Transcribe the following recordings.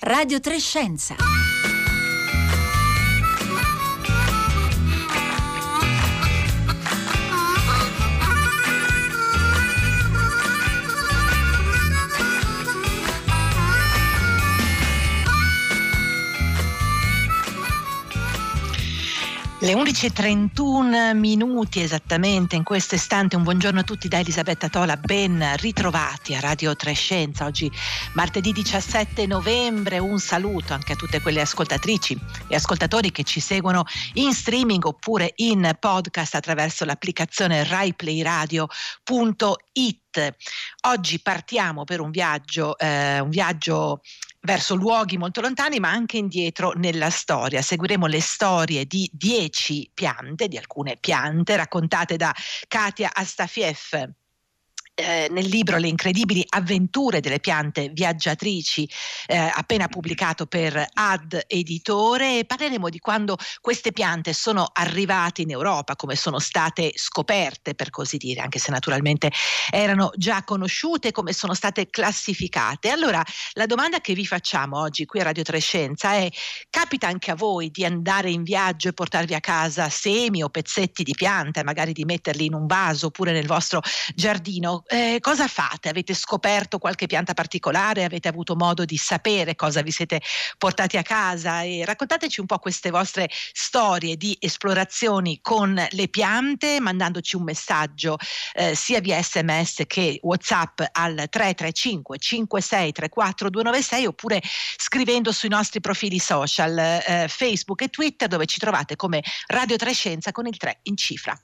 Radio 3 Scienza. Le 11:31 esattamente in questo istante. Un buongiorno a tutti da Elisabetta Tola, ben ritrovati a Radio 3 Scienza. Oggi martedì 17 novembre, un saluto anche a tutte quelle ascoltatrici e ascoltatori che ci seguono in streaming oppure in podcast attraverso l'applicazione raiplayradio.it. Oggi partiamo per un viaggio verso luoghi molto lontani, ma anche indietro nella storia. Seguiremo le storie di 10 piante, di alcune piante raccontate da Katia Astafiev nel libro Le incredibili avventure delle piante viaggiatrici, appena pubblicato per Ad Editore. Parleremo di quando queste piante sono arrivate in Europa, come sono state scoperte, per così dire, anche se naturalmente erano già conosciute, come sono state classificate. Allora, la domanda che vi facciamo oggi qui a Radio 3 Scienza è: capita anche a voi di andare in viaggio e portarvi a casa semi o pezzetti di pianta, magari di metterli in un vaso oppure nel vostro giardino? Cosa fate? Avete scoperto qualche pianta particolare? Avete avuto modo di sapere cosa vi siete portati a casa? E raccontateci un po' queste vostre storie di esplorazioni con le piante, mandandoci un messaggio sia via SMS che WhatsApp al 335 56 34 296 oppure scrivendo sui nostri profili social Facebook e Twitter, dove ci trovate come Radio 3 Scienza con il 3 in cifra.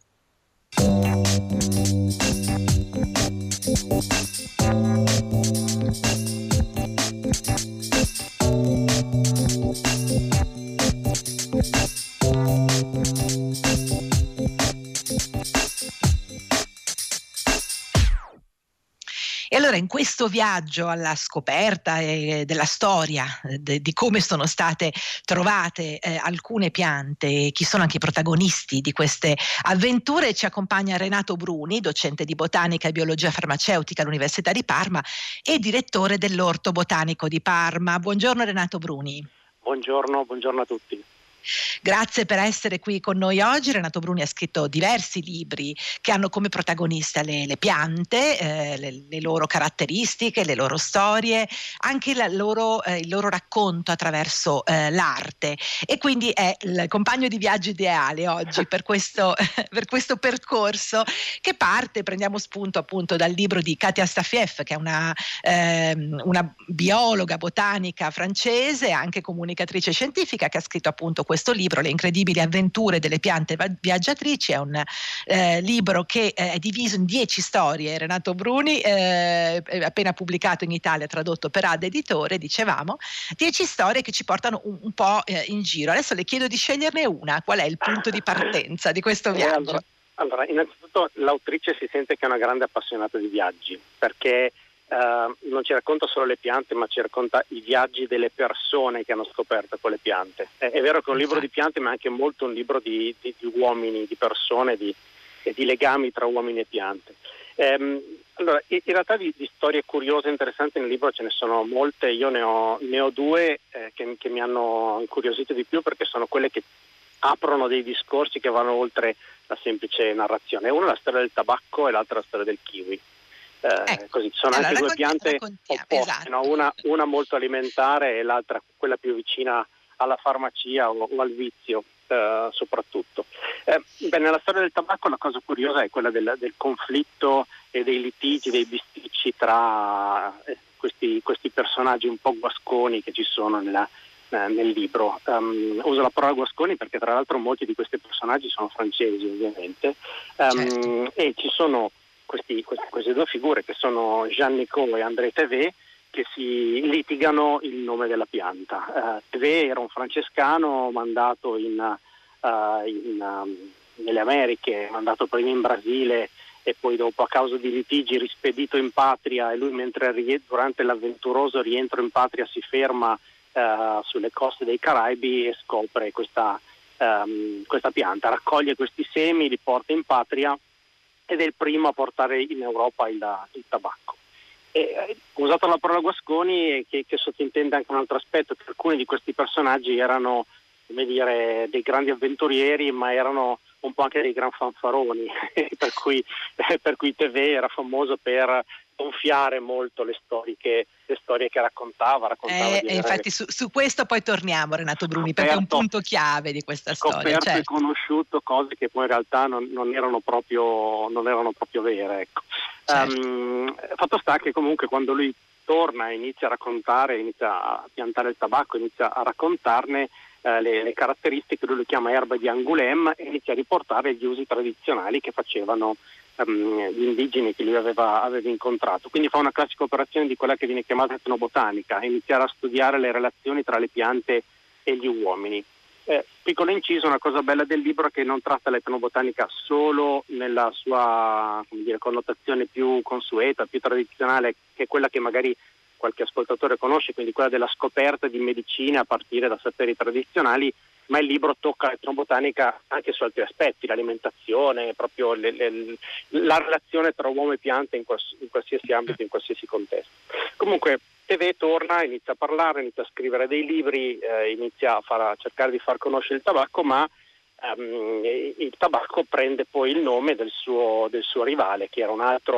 E allora in questo viaggio alla scoperta della storia di come sono state trovate alcune piante, chi sono anche i protagonisti di queste avventure, ci accompagna Renato Bruni, docente di botanica e biologia farmaceutica all'Università di Parma e direttore dell'Orto Botanico di Parma. Buongiorno Renato Bruni. Buongiorno a tutti. Grazie per essere qui con noi oggi. Renato Bruni ha scritto diversi libri che hanno come protagonista le piante, le loro caratteristiche, le loro storie, anche il loro racconto attraverso l'arte, e quindi è il compagno di viaggio ideale oggi per questo percorso che parte. Prendiamo spunto appunto dal libro di Katia Astafiev, che è una biologa botanica francese, anche comunicatrice scientifica, che ha scritto appunto questo libro, Le incredibili avventure delle piante viaggiatrici. È un libro che è diviso in 10 storie. Renato Bruni, appena pubblicato in Italia, tradotto per Ad Editore, dicevamo, 10 storie che ci portano un po' in giro. Adesso le chiedo di sceglierne una. Qual è il punto di partenza di questo viaggio? Allora, innanzitutto l'autrice si sente che è una grande appassionata di viaggi, perché non ci racconta solo le piante, ma ci racconta i viaggi delle persone che hanno scoperto quelle piante. È vero che è un libro di piante, ma è anche molto un libro di uomini, di persone, di legami tra uomini e piante. Allora, in realtà di storie curiose e interessanti nel libro ce ne sono molte. Io ne ho due che mi hanno incuriosito di più, perché sono quelle che aprono dei discorsi che vanno oltre la semplice narrazione. Una è la storia del tabacco e l'altra la storia del kiwi. Così sono anche due piante opposte, esatto. No? Una molto alimentare e l'altra quella più vicina alla farmacia o al vizio, soprattutto. Nella storia del tabacco la cosa curiosa è quella del conflitto e dei litigi, dei bisticci tra questi personaggi un po' guasconi che ci sono nel libro. Uso la parola guasconi perché tra l'altro molti di questi personaggi sono francesi, ovviamente, certo. E ci sono queste due figure che sono Jean Nicot e André Thevet, che si litigano il nome della pianta. Thevet era un francescano mandato nelle Americhe, mandato prima in Brasile e poi dopo, a causa di litigi, rispedito in patria, e lui durante l'avventuroso rientro in patria si ferma sulle coste dei Caraibi e scopre questa pianta, raccoglie questi semi, li porta in patria ed è il primo a portare in Europa il tabacco. Ho usato la parola guasconi che sottintende anche un altro aspetto, che alcuni di questi personaggi erano, come dire, dei grandi avventurieri, ma erano un po' anche dei gran fanfaroni, per cui TV era famoso per gonfiare molto le storie che raccontava di E avere infatti su questo poi torniamo, Renato Bruni, perché è un scoperto, punto chiave di questa storia, scoperto e certo. conosciuto cose che poi in realtà non erano proprio vere, ecco. Certo. Fatto sta che comunque quando lui torna e inizia a raccontare, inizia a piantare il tabacco, inizia a raccontarne le caratteristiche, lui lo chiama erba di Angoulême, e inizia a riportare gli usi tradizionali che facevano gli indigeni che lui aveva incontrato. Quindi fa una classica operazione di quella che viene chiamata etnobotanica, iniziare a studiare le relazioni tra le piante e gli uomini. Piccolo inciso, una cosa bella del libro è che non tratta l'etnobotanica solo nella sua, come dire, connotazione più consueta, più tradizionale, che è quella che magari qualche ascoltatore conosce, quindi quella della scoperta di medicina a partire da saperi tradizionali, ma il libro tocca l'etnobotanica anche su altri aspetti, l'alimentazione, proprio la relazione tra uomo e piante in qualsiasi ambito, in qualsiasi contesto. Comunque TV torna, inizia a parlare, inizia a scrivere dei libri, inizia a cercare di far conoscere il tabacco, ma il tabacco prende poi il nome del suo rivale, che era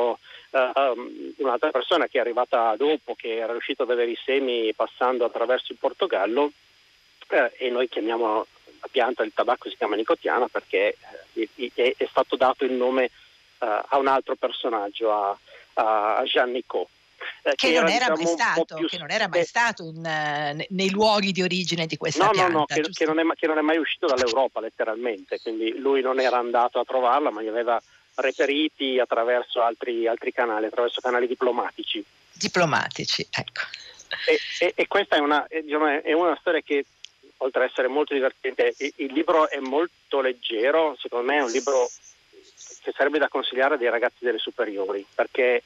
un'altra persona che è arrivata dopo, che era riuscito ad avere i semi passando attraverso il Portogallo, e noi chiamiamo la pianta del tabacco, si chiama nicotiana, perché è stato dato il nome a un altro personaggio, a Jean Nicot. Che non era mai stato, più, che non era mai stato nei luoghi di origine di questa no, pianta, che giusto? non è mai uscito dall'Europa letteralmente, quindi lui non era andato a trovarla, ma li aveva reperiti attraverso altri canali, attraverso canali diplomatici. Diplomatici, ecco. E questa è una storia che, oltre ad essere molto divertente, il libro è molto leggero. Secondo me è un libro che sarebbe da consigliare a dei ragazzi delle superiori, perché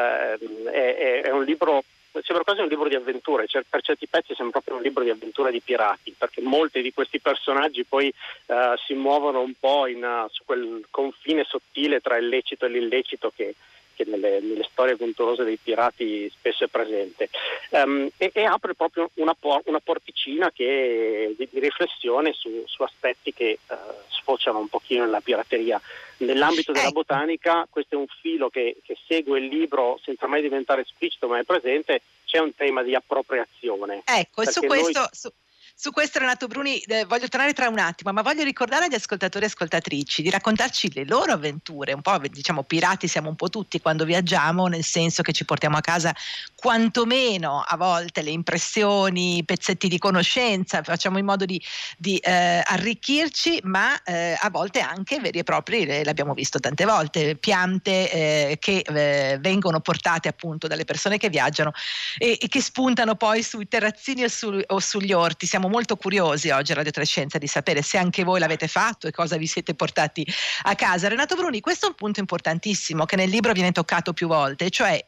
è un libro, sembra quasi un libro di avventure, per certi pezzi sembra proprio un libro di avventure di pirati, perché molti di questi personaggi poi si muovono un po' su quel confine sottile tra il lecito e l'illecito che nelle storie avventurose dei pirati spesso è presente, e apre proprio una porticina di riflessione su aspetti che sfociano un pochino nella pirateria. Nell'ambito della Ecco. botanica, questo è un filo che segue il libro senza mai diventare esplicito, ma è presente. C'è un tema di appropriazione. Ecco, e su questo Renato Bruni voglio tornare tra un attimo, ma voglio ricordare agli ascoltatori e ascoltatrici di raccontarci le loro avventure. Un po', diciamo, pirati siamo un po' tutti quando viaggiamo, nel senso che ci portiamo a casa quantomeno a volte le impressioni, pezzetti di conoscenza, facciamo in modo di arricchirci, ma a volte anche veri e propri, l'abbiamo visto tante volte, piante che vengono portate appunto dalle persone che viaggiano e che spuntano poi sui terrazzini o sugli orti. Siamo molto curiosi oggi a Radio Trescenza di sapere se anche voi l'avete fatto e cosa vi siete portati a casa. Renato Bruni, questo è un punto importantissimo che nel libro viene toccato più volte, cioè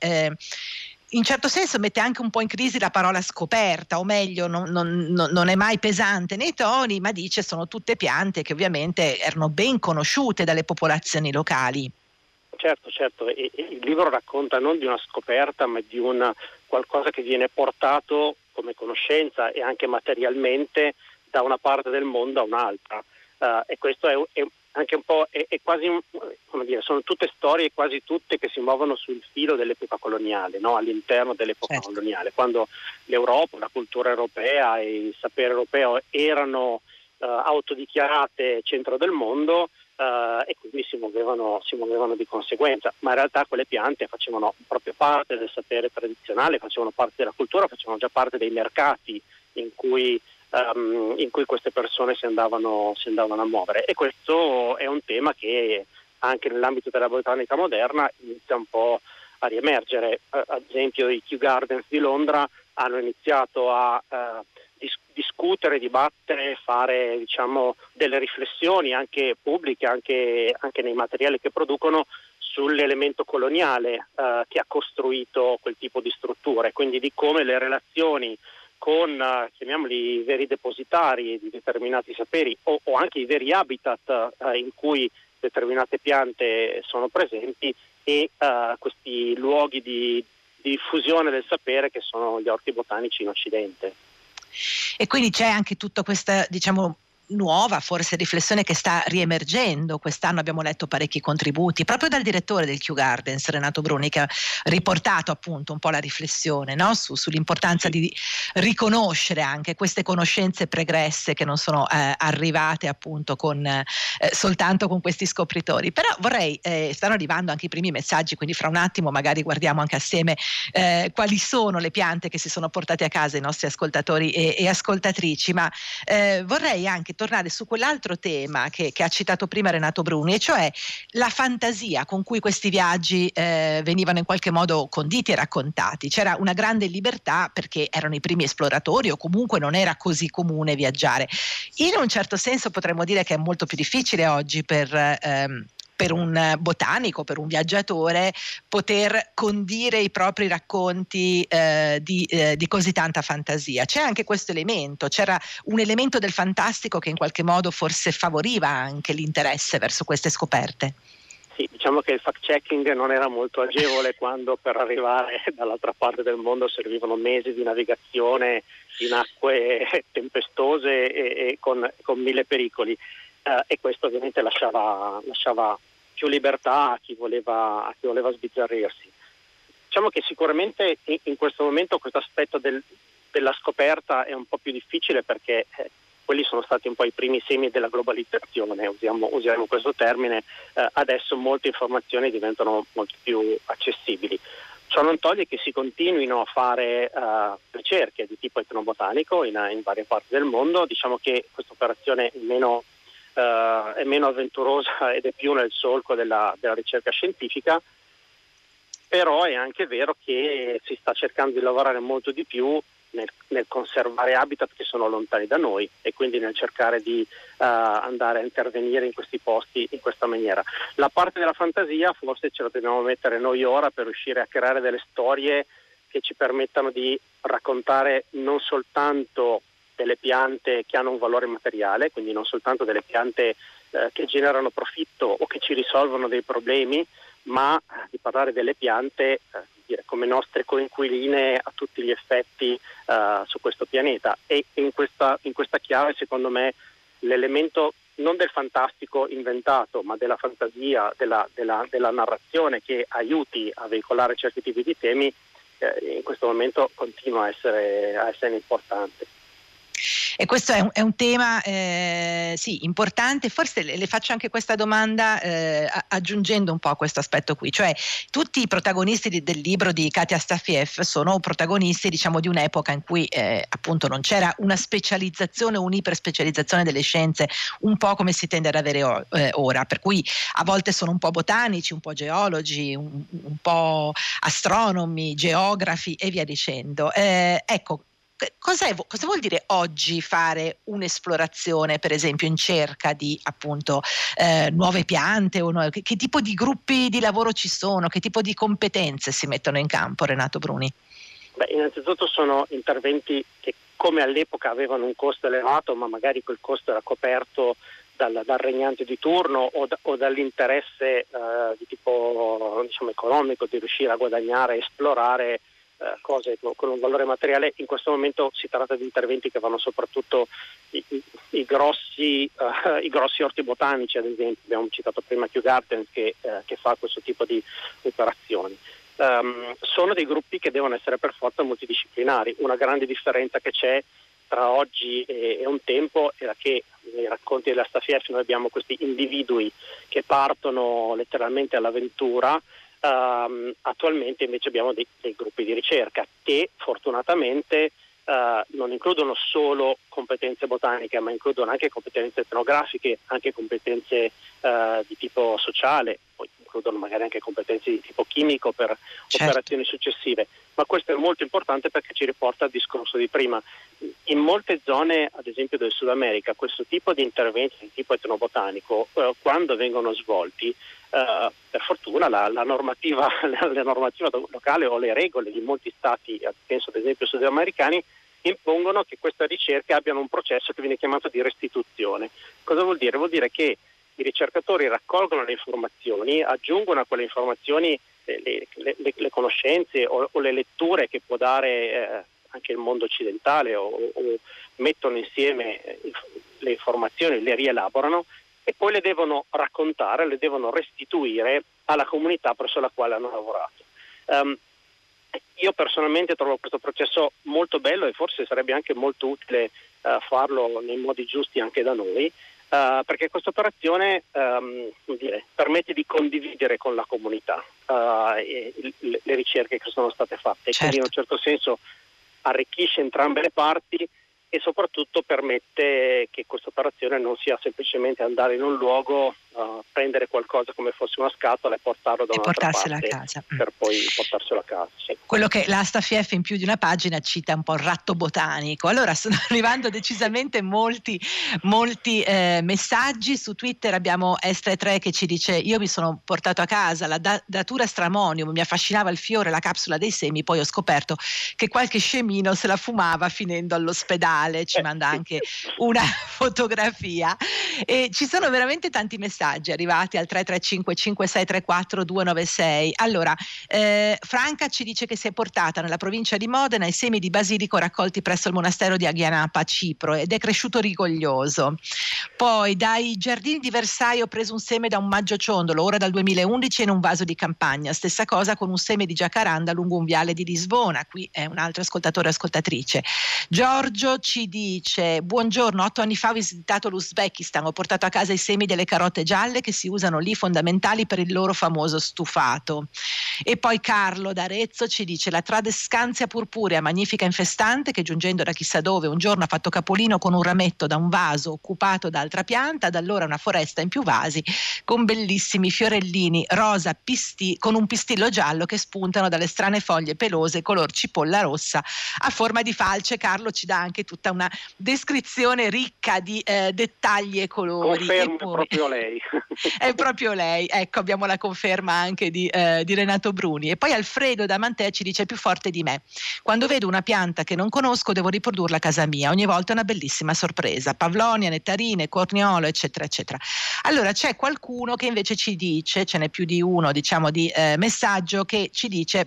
in certo senso mette anche un po' in crisi la parola scoperta, o meglio non è mai pesante nei toni, ma dice sono tutte piante che ovviamente erano ben conosciute dalle popolazioni locali. Certo, e il libro racconta non di una scoperta, ma di qualcosa che viene portato come conoscenza e anche materialmente da una parte del mondo a un'altra, e questo è anche un po', è quasi come dire, sono tutte storie quasi tutte che si muovono sul filo dell'epoca coloniale, no? All'interno dell'epoca coloniale, quando l'Europa, la cultura europea e il sapere europeo erano autodichiarate centro del mondo, e quindi si muovevano di conseguenza, ma in realtà quelle piante facevano proprio parte del sapere tradizionale, facevano parte della cultura, facevano già parte dei mercati in cui queste persone si andavano a muovere, e questo è un tema che anche nell'ambito della botanica moderna inizia un po' a riemergere. Ad esempio i Kew Gardens di Londra hanno iniziato a discutere, dibattere, fare, diciamo, delle riflessioni anche pubbliche, anche nei materiali che producono, sull'elemento coloniale che ha costruito quel tipo di strutture, quindi di come le relazioni con, chiamiamoli, i veri depositari di determinati saperi o anche i veri habitat in cui determinate piante sono presenti, e questi luoghi di di diffusione del sapere che sono gli orti botanici in Occidente. E quindi c'è anche tutta questa, diciamo, nuova forse riflessione che sta riemergendo. Quest'anno abbiamo letto parecchi contributi proprio dal direttore del Kew Gardens, Renato Bruni, che ha riportato appunto un po' la riflessione, no? Sull'importanza di riconoscere anche queste conoscenze pregresse che non sono arrivate appunto soltanto con questi scopritori. Però vorrei, stanno arrivando anche i primi messaggi, quindi fra un attimo magari guardiamo anche assieme quali sono le piante che si sono portate a casa i nostri ascoltatori e ascoltatrici, ma vorrei anche tornare su quell'altro tema che ha citato prima Renato Bruni, e cioè la fantasia con cui questi viaggi venivano in qualche modo conditi e raccontati. C'era una grande libertà perché erano i primi esploratori, o comunque non era così comune viaggiare. In un certo senso potremmo dire che è molto più difficile oggi per un botanico, per un viaggiatore, poter condire i propri racconti di così tanta fantasia. C'è anche questo elemento, c'era un elemento del fantastico che in qualche modo forse favoriva anche l'interesse verso queste scoperte. Sì, diciamo che il fact-checking non era molto agevole quando per arrivare dall'altra parte del mondo servivano mesi di navigazione in acque tempestose e con mille pericoli. E questo ovviamente lasciava più libertà a chi voleva sbizzarrirsi. Diciamo che sicuramente in questo momento questo aspetto della scoperta è un po' più difficile, perché quelli sono stati un po' i primi semi della globalizzazione, usiamo questo termine. Adesso molte informazioni diventano molto più accessibili. Ciò non toglie che si continuino a fare ricerche di tipo etnobotanico in varie parti del mondo. Diciamo che questa operazione è meno avventurosa ed è più nel solco della ricerca scientifica, però è anche vero che si sta cercando di lavorare molto di più nel conservare habitat che sono lontani da noi, e quindi nel cercare di andare a intervenire in questi posti in questa maniera. La parte della fantasia forse ce la dobbiamo mettere noi ora, per riuscire a creare delle storie che ci permettano di raccontare non soltanto delle piante che hanno un valore materiale, quindi non soltanto delle piante che generano profitto o che ci risolvono dei problemi, ma di parlare delle piante come nostre coinquiline a tutti gli effetti su questo pianeta. E in questa chiave, secondo me, l'elemento non del fantastico inventato, ma della fantasia, della narrazione che aiuti a veicolare certi tipi di temi, in questo momento continua a essere importante. E questo è un tema sì, importante. Forse le faccio anche questa domanda aggiungendo un po' a questo aspetto qui, cioè tutti i protagonisti del libro di Katia Stafiev sono protagonisti, diciamo, di un'epoca in cui appunto non c'era una specializzazione o un'iperspecializzazione delle scienze, un po' come si tende ad avere ora, per cui a volte sono un po' botanici, un po' geologi, un po' astronomi, geografi e via dicendo. Ecco, cosa vuol dire oggi fare un'esplorazione, per esempio, in cerca di appunto nuove piante che tipo di gruppi di lavoro ci sono, che tipo di competenze si mettono in campo, Renato Bruni? Beh, innanzitutto sono interventi che, come all'epoca, avevano un costo elevato, ma magari quel costo era coperto dal regnante di turno o dall'interesse di tipo, diciamo, economico, di riuscire a guadagnare, esplorare cose con un valore materiale. In questo momento si tratta di interventi che vanno soprattutto i grossi orti botanici, ad esempio. Abbiamo citato prima Kew Gardens che fa questo tipo di operazioni. Sono dei gruppi che devono essere per forza multidisciplinari. Una grande differenza che c'è tra oggi e un tempo era che nei racconti della Stafiev noi abbiamo questi individui che partono letteralmente all'avventura. Attualmente invece abbiamo dei gruppi di ricerca che fortunatamente non includono solo competenze botaniche, ma includono anche competenze etnografiche, anche competenze di tipo sociale, poi includono magari anche competenze di tipo chimico per operazioni successive. Ma questo è molto importante perché ci riporta al discorso di prima. In molte zone, ad esempio del Sud America, questo tipo di interventi di tipo etnobotanico, quando vengono svolti, per fortuna la normativa locale o le regole di molti stati, penso ad esempio sudamericani, impongono che queste ricerche abbiano un processo che viene chiamato di restituzione. Cosa vuol dire? Vuol dire che i ricercatori raccolgono le informazioni, aggiungono a quelle informazioni le conoscenze o le letture che può dare anche il mondo occidentale o mettono insieme le informazioni, le rielaborano e poi le devono raccontare, le devono restituire alla comunità presso la quale hanno lavorato. Io personalmente trovo questo processo molto bello e forse sarebbe anche molto utile farlo nei modi giusti anche da noi, perché questa operazione permette di condividere con la comunità le ricerche che sono state fatte. Certo. Quindi in un certo senso arricchisce entrambe le parti e soprattutto permette che questa operazione non sia semplicemente andare in un luogo, prendere qualcosa come fosse una scatola e portarlo da un'altra portarsela parte a casa. per poi portarselo a casa. Sì. Quello che l'Asta-FIEF in più di una pagina cita un po' il ratto botanico. Allora stanno arrivando decisamente molti messaggi. Su Twitter abbiamo Estre3 che ci dice: io mi sono portato a casa la datura stramonium, mi affascinava il fiore, la capsula dei semi, poi ho scoperto che qualche scemino se la fumava finendo all'ospedale. Ci manda anche una fotografia e ci sono veramente tanti messaggi arrivati al 335 5634 296. Allora Franca ci dice che si è portata nella provincia di Modena i semi di basilico raccolti presso il monastero di Aghianapa a Cipro ed è cresciuto rigoglioso. Poi dai giardini di Versailles ho preso un seme da un maggio ciondolo, ora dal 2011 in un vaso di campagna, stessa cosa con un seme di giacaranda lungo un viale di Lisbona. Qui è un altro ascoltatore o ascoltatrice. Giorgio ci dice: buongiorno, 8 anni fa ho visitato l'Uzbekistan, ho portato a casa i semi delle carote gialle che si usano lì, fondamentali per il loro famoso stufato. E poi Carlo d'Arezzo ci dice: la Tradescantia purpurea, magnifica infestante che giungendo da chissà dove un giorno ha fatto capolino con un rametto da un vaso occupato da altra pianta, da allora una foresta in più vasi con bellissimi fiorellini rosa con un pistillo giallo che spuntano dalle strane foglie pelose color cipolla rossa a forma di falce. Carlo ci dà anche tutta una descrizione ricca di dettagli e colori. Confermo, E poi, è proprio lei. È proprio lei, ecco, abbiamo la conferma anche di Renato Bruni. E poi Alfredo da Mantè ci dice: più forte di me. Quando vedo una pianta che non conosco devo riprodurla a casa mia, ogni volta è una bellissima sorpresa. Pavlonia, nettarine, corniolo, eccetera, eccetera. Allora c'è qualcuno che invece ci dice, ce n'è più di uno, diciamo, di messaggio che ci dice: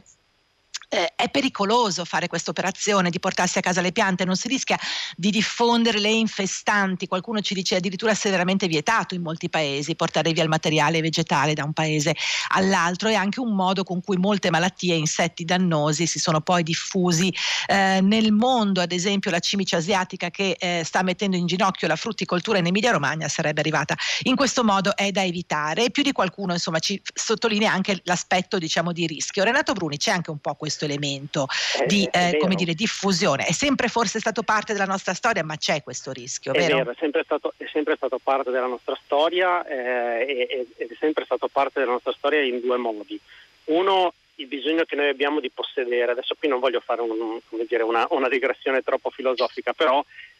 è pericoloso fare questa operazione di portarsi a casa le piante, non si rischia di diffondere le infestanti? Qualcuno ci dice addirittura severamente vietato in molti paesi portare via il materiale vegetale da un paese all'altro. È anche un modo con cui molte malattie e insetti dannosi si sono poi diffusi nel mondo. Ad esempio la cimice asiatica che sta mettendo in ginocchio la frutticoltura in Emilia Romagna sarebbe arrivata in questo modo, è da evitare. E più di qualcuno insomma ci sottolinea anche l'aspetto, diciamo, di rischio. Renato Bruni, c'è anche un po' questo elemento di come dire, diffusione. È sempre forse stato parte della nostra storia, ma c'è questo rischio, vero? Vero, è sempre stato parte della nostra storia ed è sempre stato parte della nostra storia in due modi. Uno, il bisogno che noi abbiamo di possedere. Adesso qui non voglio fare una digressione troppo filosofica, però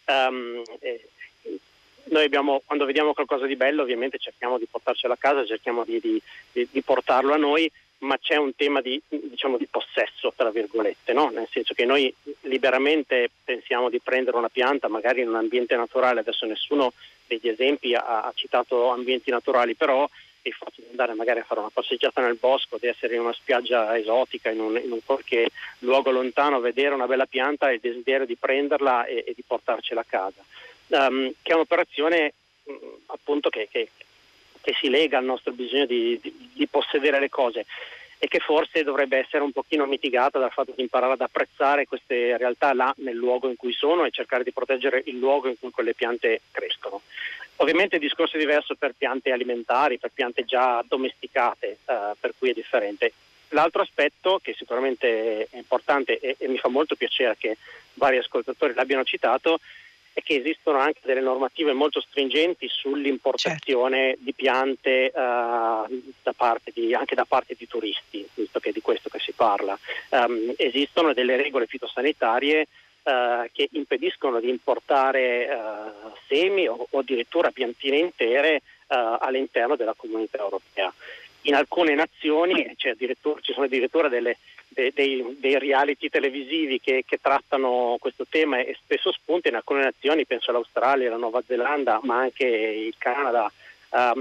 noi abbiamo, quando vediamo qualcosa di bello, ovviamente cerchiamo di portarcelo a casa, cerchiamo di portarlo a noi, ma c'è un tema di possesso, tra virgolette, no? Nel senso che noi liberamente pensiamo di prendere una pianta magari in un ambiente naturale. Adesso nessuno degli esempi ha citato ambienti naturali, però il fatto di andare magari a fare una passeggiata nel bosco, di essere in una spiaggia esotica, in un qualche luogo lontano, vedere una bella pianta e il desiderio di prenderla e di portarcela a casa, che è un'operazione appunto che si lega al nostro bisogno di possedere le cose e che forse dovrebbe essere un pochino mitigata dal fatto di imparare ad apprezzare queste realtà là nel luogo in cui sono e cercare di proteggere il luogo in cui quelle piante crescono. Ovviamente il discorso è diverso per piante alimentari, per piante già domesticate, per cui è differente. L'altro aspetto che sicuramente è importante e mi fa molto piacere che vari ascoltatori l'abbiano citato è che esistono anche delle normative molto stringenti sull'importazione di piante anche da parte di turisti, visto che è di questo che si parla. Esistono delle regole fitosanitarie che impediscono di importare semi o addirittura piantine intere all'interno della comunità europea. In alcune nazioni ci sono addirittura dei reality televisivi che trattano questo tema e spesso spunta in alcune nazioni, penso all'Australia, alla Nuova Zelanda, ma anche il Canada,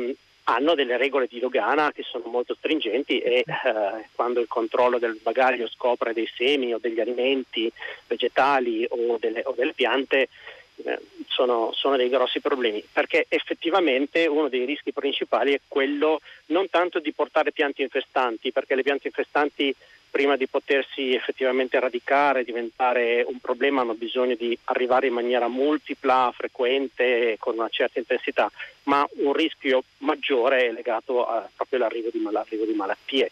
hanno delle regole di dogana che sono molto stringenti e quando il controllo del bagaglio scopre dei semi o degli alimenti vegetali o delle piante, sono dei grossi problemi, perché effettivamente uno dei rischi principali è quello non tanto di portare piante infestanti, perché le piante infestanti prima di potersi effettivamente radicare, diventare un problema, hanno bisogno di arrivare in maniera multipla, frequente, con una certa intensità, ma un rischio maggiore è legato proprio all'arrivo di malattie.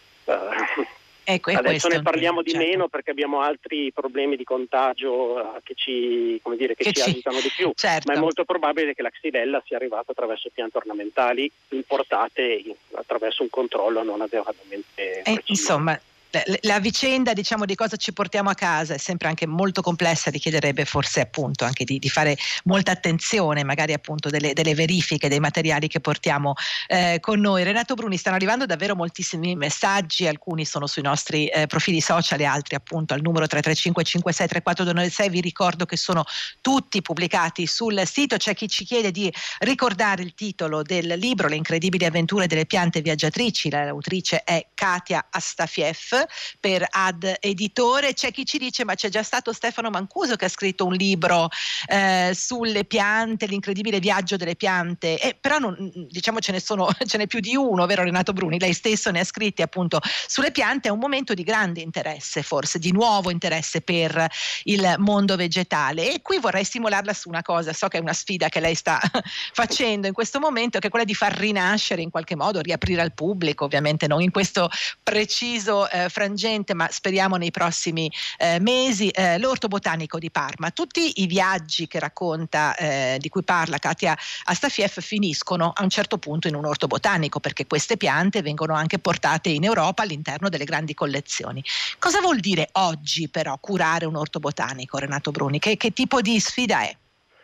Adesso ne parliamo di meno perché abbiamo altri problemi di contagio che ci agitano di più, ma è molto probabile che la xylella sia arrivata attraverso piante ornamentali importate attraverso un controllo non adeguatamente preciso. Insomma, la vicenda, diciamo, di cosa ci portiamo a casa è sempre anche molto complessa, richiederebbe forse appunto anche di fare molta attenzione, magari appunto delle verifiche dei materiali che portiamo con noi. Renato Bruni, stanno arrivando davvero moltissimi messaggi, alcuni sono sui nostri profili social e altri appunto al numero 335 56 34 296. Vi ricordo che sono tutti pubblicati sul sito. C'è chi ci chiede di ricordare il titolo del libro, Le incredibili avventure delle piante viaggiatrici. L'autrice è Katia Astafiev per Ad Editore. C'è chi ci dice: ma c'è già stato Stefano Mancuso che ha scritto un libro sulle piante, l'incredibile viaggio delle piante, però diciamo ce n'è più di uno, vero Renato Bruni? Lei stesso ne ha scritti appunto sulle piante. È un momento di grande interesse, forse di nuovo interesse per il mondo vegetale, e qui vorrei stimolarla su una cosa. So che è una sfida che lei sta facendo in questo momento, che è quella di far rinascere in qualche modo, riaprire al pubblico, ovviamente non in questo preciso frangente, ma speriamo nei prossimi mesi, l'Orto Botanico di Parma. Tutti i viaggi che racconta, di cui parla Katia Astafiev, finiscono a un certo punto in un orto botanico, perché queste piante vengono anche portate in Europa all'interno delle grandi collezioni. Cosa vuol dire oggi però curare un orto botanico, Renato Bruni? Che tipo di sfida è?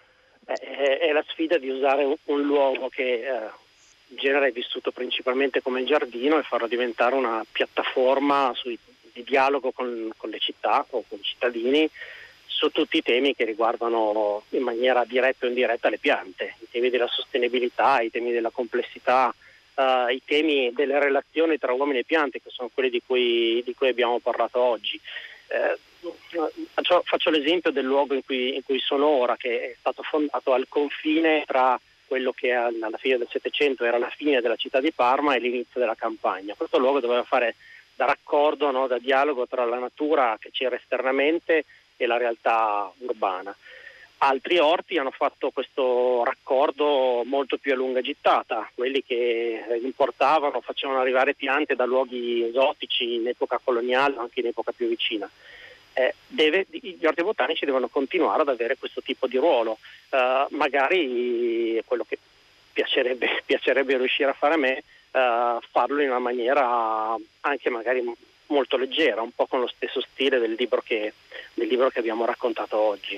È la sfida di usare un luogo che in genere è vissuto principalmente come giardino e farlo diventare una piattaforma di dialogo con le città o con i cittadini su tutti i temi che riguardano in maniera diretta o indiretta le piante, i temi della sostenibilità, i temi della complessità, i temi delle relazioni tra uomini e piante, che sono quelli di cui abbiamo parlato oggi. Faccio l'esempio del luogo in cui sono ora, che è stato fondato al confine tra quello che alla fine del Settecento era la fine della città di Parma e l'inizio della campagna. Questo luogo doveva fare da raccordo, no, da dialogo tra la natura che c'era esternamente e la realtà urbana. Altri orti hanno fatto questo raccordo molto più a lunga gittata, quelli che importavano, facevano arrivare piante da luoghi esotici in epoca coloniale o anche in epoca più vicina. Gli orti botanici devono continuare ad avere questo tipo di ruolo, magari quello che piacerebbe riuscire a fare a me, farlo in una maniera anche magari molto leggera, un po' con lo stesso stile del libro che abbiamo raccontato oggi.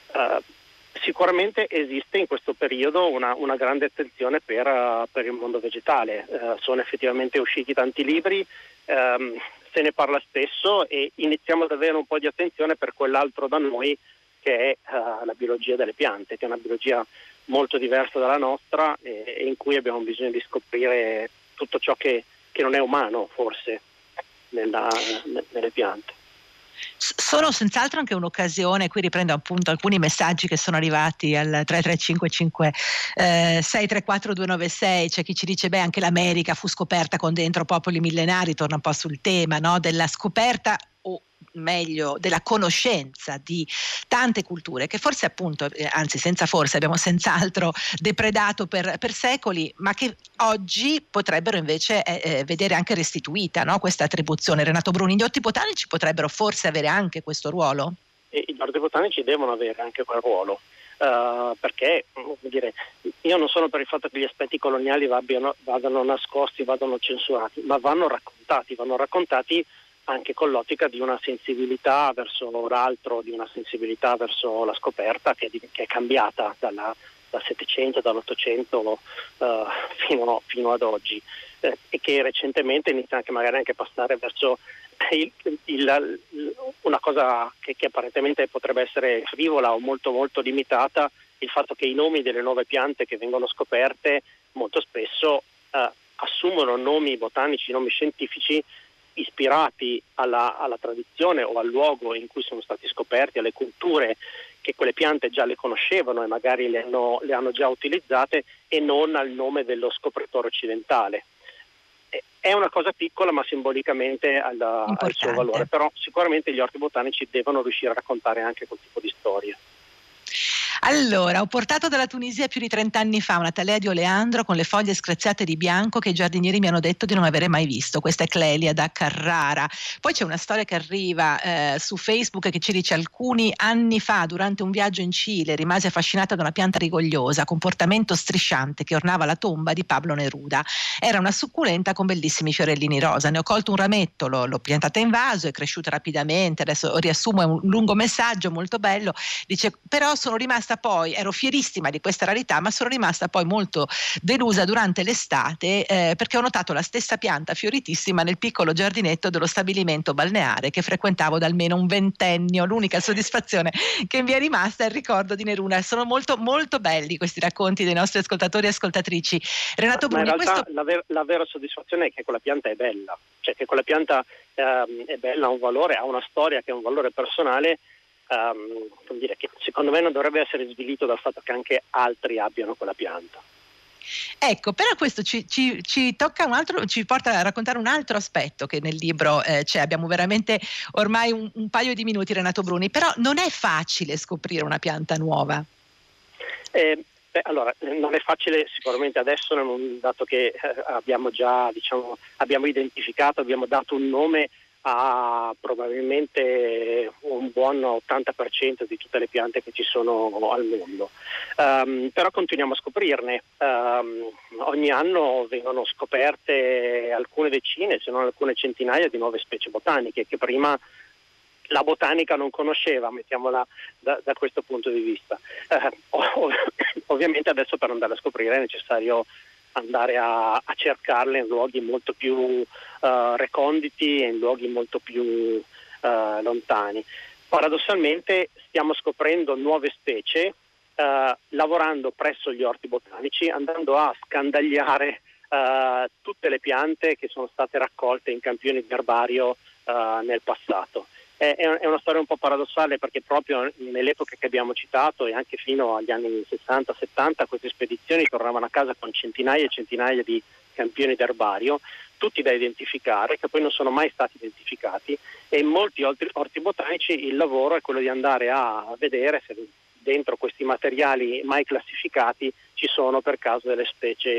Sicuramente esiste in questo periodo una grande attenzione per il mondo vegetale, sono effettivamente usciti tanti libri, se ne parla spesso e iniziamo ad avere un po' di attenzione per quell'altro da noi che è la biologia delle piante, che è una biologia molto diversa dalla nostra e in cui abbiamo bisogno di scoprire tutto ciò che non è umano forse nelle piante. Sono senz'altro anche un'occasione, qui riprendo appunto alcuni messaggi che sono arrivati al 3355 634 296. C'è chi ci dice anche l'America fu scoperta con dentro popoli millenari, torna un po' sul tema, no? Della scoperta, o meglio della conoscenza di tante culture che forse appunto, anzi senza forse, abbiamo senz'altro depredato per secoli, ma che oggi potrebbero invece vedere anche restituita, no? Questa attribuzione. Renato Bruni, gli orti botanici potrebbero forse avere anche questo ruolo? E gli orti botanici devono avere anche quel ruolo, perché io non sono per il fatto che gli aspetti coloniali vadano nascosti, vadano censurati, ma vanno raccontati anche con l'ottica di una sensibilità verso l'altro, di una sensibilità verso la scoperta che è cambiata dal Settecento, dall'800 fino ad oggi, e che recentemente inizia magari anche a passare verso una cosa che apparentemente potrebbe essere frivola o molto molto limitata, il fatto che i nomi delle nuove piante che vengono scoperte molto spesso assumono nomi botanici, nomi scientifici ispirati alla tradizione o al luogo in cui sono stati scoperti, alle culture che quelle piante già le conoscevano e magari le hanno già utilizzate, e non al nome dello scopritore occidentale. È una cosa piccola, ma simbolicamente ha il suo valore, però sicuramente gli orti botanici devono riuscire a raccontare anche quel tipo di storie. Allora, ho portato dalla Tunisia più di 30 anni fa una talea di oleandro con le foglie screziate di bianco che i giardinieri mi hanno detto di non avere mai visto. Questa è Clelia da Carrara. Poi c'è una storia che arriva su Facebook che ci dice: alcuni anni fa, durante un viaggio in Cile, rimasi affascinata da una pianta rigogliosa, comportamento strisciante, che ornava la tomba di Pablo Neruda. Era una succulenta con bellissimi fiorellini rosa. Ne ho colto un rametto, l'ho piantata in vaso, è cresciuta rapidamente. Adesso riassumo, è un lungo messaggio molto bello. Dice: però sono rimasta poi, ero fierissima di questa rarità, ma sono rimasta poi molto delusa durante l'estate perché ho notato la stessa pianta fioritissima nel piccolo giardinetto dello stabilimento balneare che frequentavo da almeno un ventennio. L'unica soddisfazione che mi è rimasta è il ricordo di Neruda. Sono molto molto belli questi racconti dei nostri ascoltatori e ascoltatrici. Renato Bruni, ma in realtà la vera soddisfazione è che quella pianta è bella, cioè che quella pianta è bella, ha un valore, ha una storia che ha un valore personale. Vuol dire che secondo me non dovrebbe essere svilito dal fatto che anche altri abbiano quella pianta. Ecco, però questo ci tocca ci porta a raccontare un altro aspetto che nel libro c'è. Abbiamo veramente ormai un paio di minuti, Renato Bruni, però non è facile scoprire una pianta nuova. Allora, non è facile sicuramente adesso, dato che abbiamo già abbiamo identificato, abbiamo dato un nome a probabilmente un buon 80% di tutte le piante che ci sono al mondo, però continuiamo a scoprirne. Ogni anno vengono scoperte alcune decine, se non alcune centinaia di nuove specie botaniche che prima la botanica non conosceva, mettiamola da questo punto di vista. Ovviamente adesso per andare a scoprire è necessario andare a cercarle in luoghi molto più reconditi e in luoghi molto più lontani. Paradossalmente stiamo scoprendo nuove specie lavorando presso gli orti botanici, andando a scandagliare tutte le piante che sono state raccolte in campioni di erbario nel passato. È una storia un po' paradossale, perché proprio nell'epoca che abbiamo citato e anche fino agli anni 60-70 queste spedizioni tornavano a casa con centinaia e centinaia di campioni d'erbario, tutti da identificare, che poi non sono mai stati identificati, e in molti orti botanici il lavoro è quello di andare a vedere se dentro questi materiali mai classificati ci sono per caso delle specie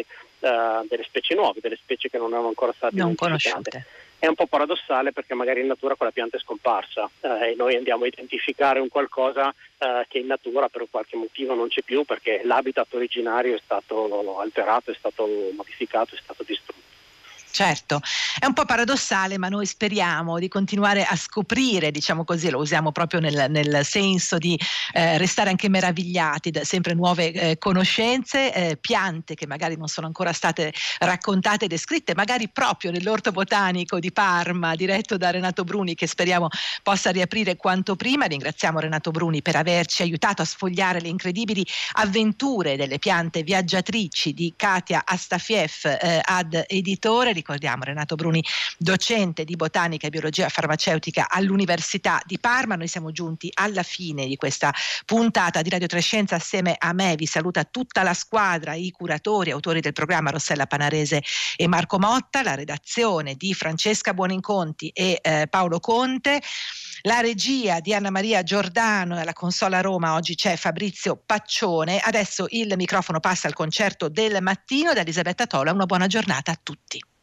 nuove, delle specie che non erano ancora state identificate. Conosciute. È un po' paradossale, perché magari in natura quella pianta è scomparsa e noi andiamo a identificare un qualcosa che in natura per qualche motivo non c'è più, perché l'habitat originario è stato alterato, è stato modificato, è stato distrutto. Certo, è un po' paradossale, ma noi speriamo di continuare a scoprire, diciamo così, lo usiamo proprio nel senso di restare anche meravigliati da sempre nuove conoscenze, piante che magari non sono ancora state raccontate e descritte, magari proprio nell'orto botanico di Parma, diretto da Renato Bruni, che speriamo possa riaprire quanto prima. Ringraziamo Renato Bruni per averci aiutato a sfogliare le incredibili avventure delle piante viaggiatrici di Katia Astafiev ad editore. Ricordiamo Renato Bruni, docente di botanica e biologia farmaceutica all'Università di Parma. Noi siamo giunti alla fine di questa puntata di Radio Trescenza. Assieme a me vi saluta tutta la squadra, i curatori, autori del programma Rossella Panarese e Marco Motta, la redazione di Francesca Buoninconti e Paolo Conte, la regia di Anna Maria Giordano, e alla consola a Roma oggi c'è Fabrizio Paccione. Adesso il microfono passa al concerto del mattino da Elisabetta Tola. Una buona giornata a tutti.